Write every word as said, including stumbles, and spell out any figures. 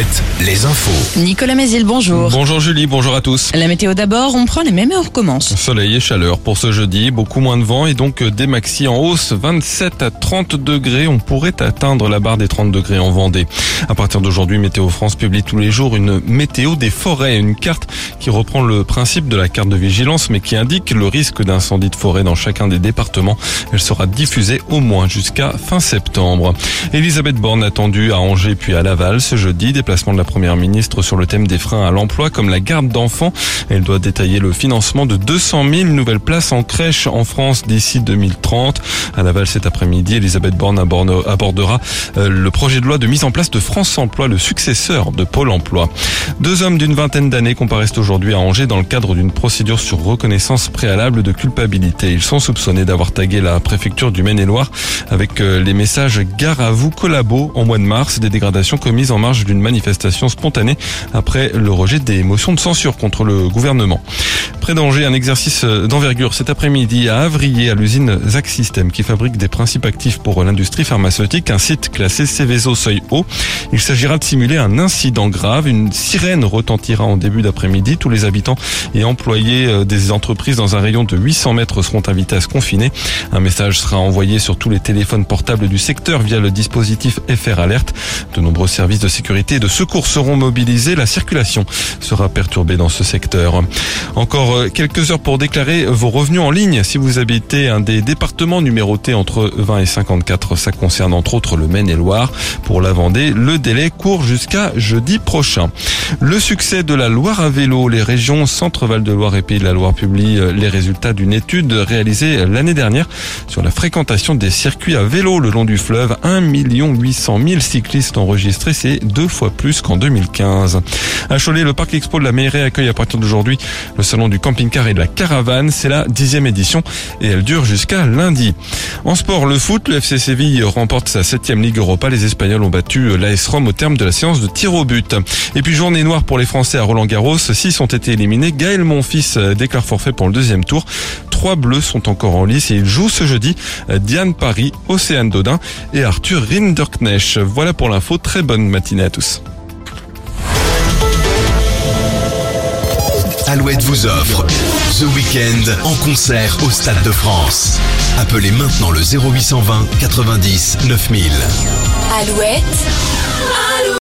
Alouette, les infos. Nicolas Mézil, bonjour. Bonjour Julie, bonjour à tous. La météo d'abord, on prend les mêmes et on recommence. Soleil et chaleur pour ce jeudi, beaucoup moins de vent et donc des maxis en hausse, vingt-sept à trente degrés. On pourrait atteindre la barre des trente degrés en Vendée. À partir d'aujourd'hui, Météo France publie tous les jours une météo des forêts, une carte qui reprend le principe de la carte de vigilance mais qui indique le risque d'incendie de forêt dans chacun des départements. Elle sera diffusée au moins jusqu'à fin septembre. Elisabeth Borne attendue à Angers puis à Laval ce jeudi. Déplacement de la première ministre sur le thème des freins à l'emploi comme la garde d'enfants. Elle doit détailler le financement de deux cent mille nouvelles places en crèche en France d'ici deux mille trente. À Laval cet après-midi, Elisabeth Borne abordera le projet de loi de mise en place de France Emploi, le successeur de Pôle Emploi. Deux hommes d'une vingtaine d'années comparaissent aujourd'hui à Angers dans le cadre d'une procédure sur reconnaissance préalable de culpabilité. Ils sont soupçonnés d'avoir tagué la préfecture du Maine-et-Loire avec les messages « Gare à vous, collabo » en mois de mars, des dégradations commises en marge d'une manifestation spontanée après le rejet des motions de censure contre le gouvernement. Près d'Angers, un exercice d'envergure cet après-midi à Avrier, à l'usine Zac System qui fabrique des principes actifs pour l'industrie pharmaceutique, un site classé Seveso seuil haut. Il s'agira de simuler un incident grave. Une sirène retentira en début d'après-midi. Tous les habitants et employés des entreprises dans un rayon de huit cents mètres seront invités à se confiner. Un message sera envoyé sur tous les téléphones portables du secteur via le dispositif F R Alert. De nombreux services de sécurité et de secours seront mobilisés. La circulation sera perturbée dans ce secteur. Encore quelques heures pour déclarer vos revenus en ligne. Si vous habitez un des départements numérotés entre vingt et cinquante-quatre, ça concerne entre autres le Maine-et-Loire. Pour la Vendée, le délai court jusqu'à jeudi prochain. Le succès de la Loire à vélo. Les régions Centre-Val de Loire et Pays de la Loire publient les résultats d'une étude réalisée l'année dernière sur la fréquentation des circuits à vélo le long du fleuve. un million huit cent mille cyclistes enregistrés, c'est deux fois plus qu'en deux mille quinze. À Cholet, le parc expo de la Meilleray accueille à partir d'aujourd'hui le salon du camping-car et de la caravane. C'est la dixième édition et elle dure jusqu'à lundi. En sport, le foot, le F C Séville remporte sa septième Ligue Europa. Les Espagnols ont battu l'A S Rome au terme de la séance de tir au but. Et puis journée noire pour les Français à Roland-Garros. Six ont été éliminés. Gaël Monfils déclare forfait pour le deuxième tour. Trois bleus sont encore en lice et ils jouent ce jeudi Diane Paris, Océane Dodin et Arthur Rinderknecht. Voilà pour l'info. Très bonne matinée à tous. Alouette vous offre The Weeknd en concert au Stade de France. Appelez maintenant le zéro huit cent vingt quatre-vingt-dix neuf mille. Alouette.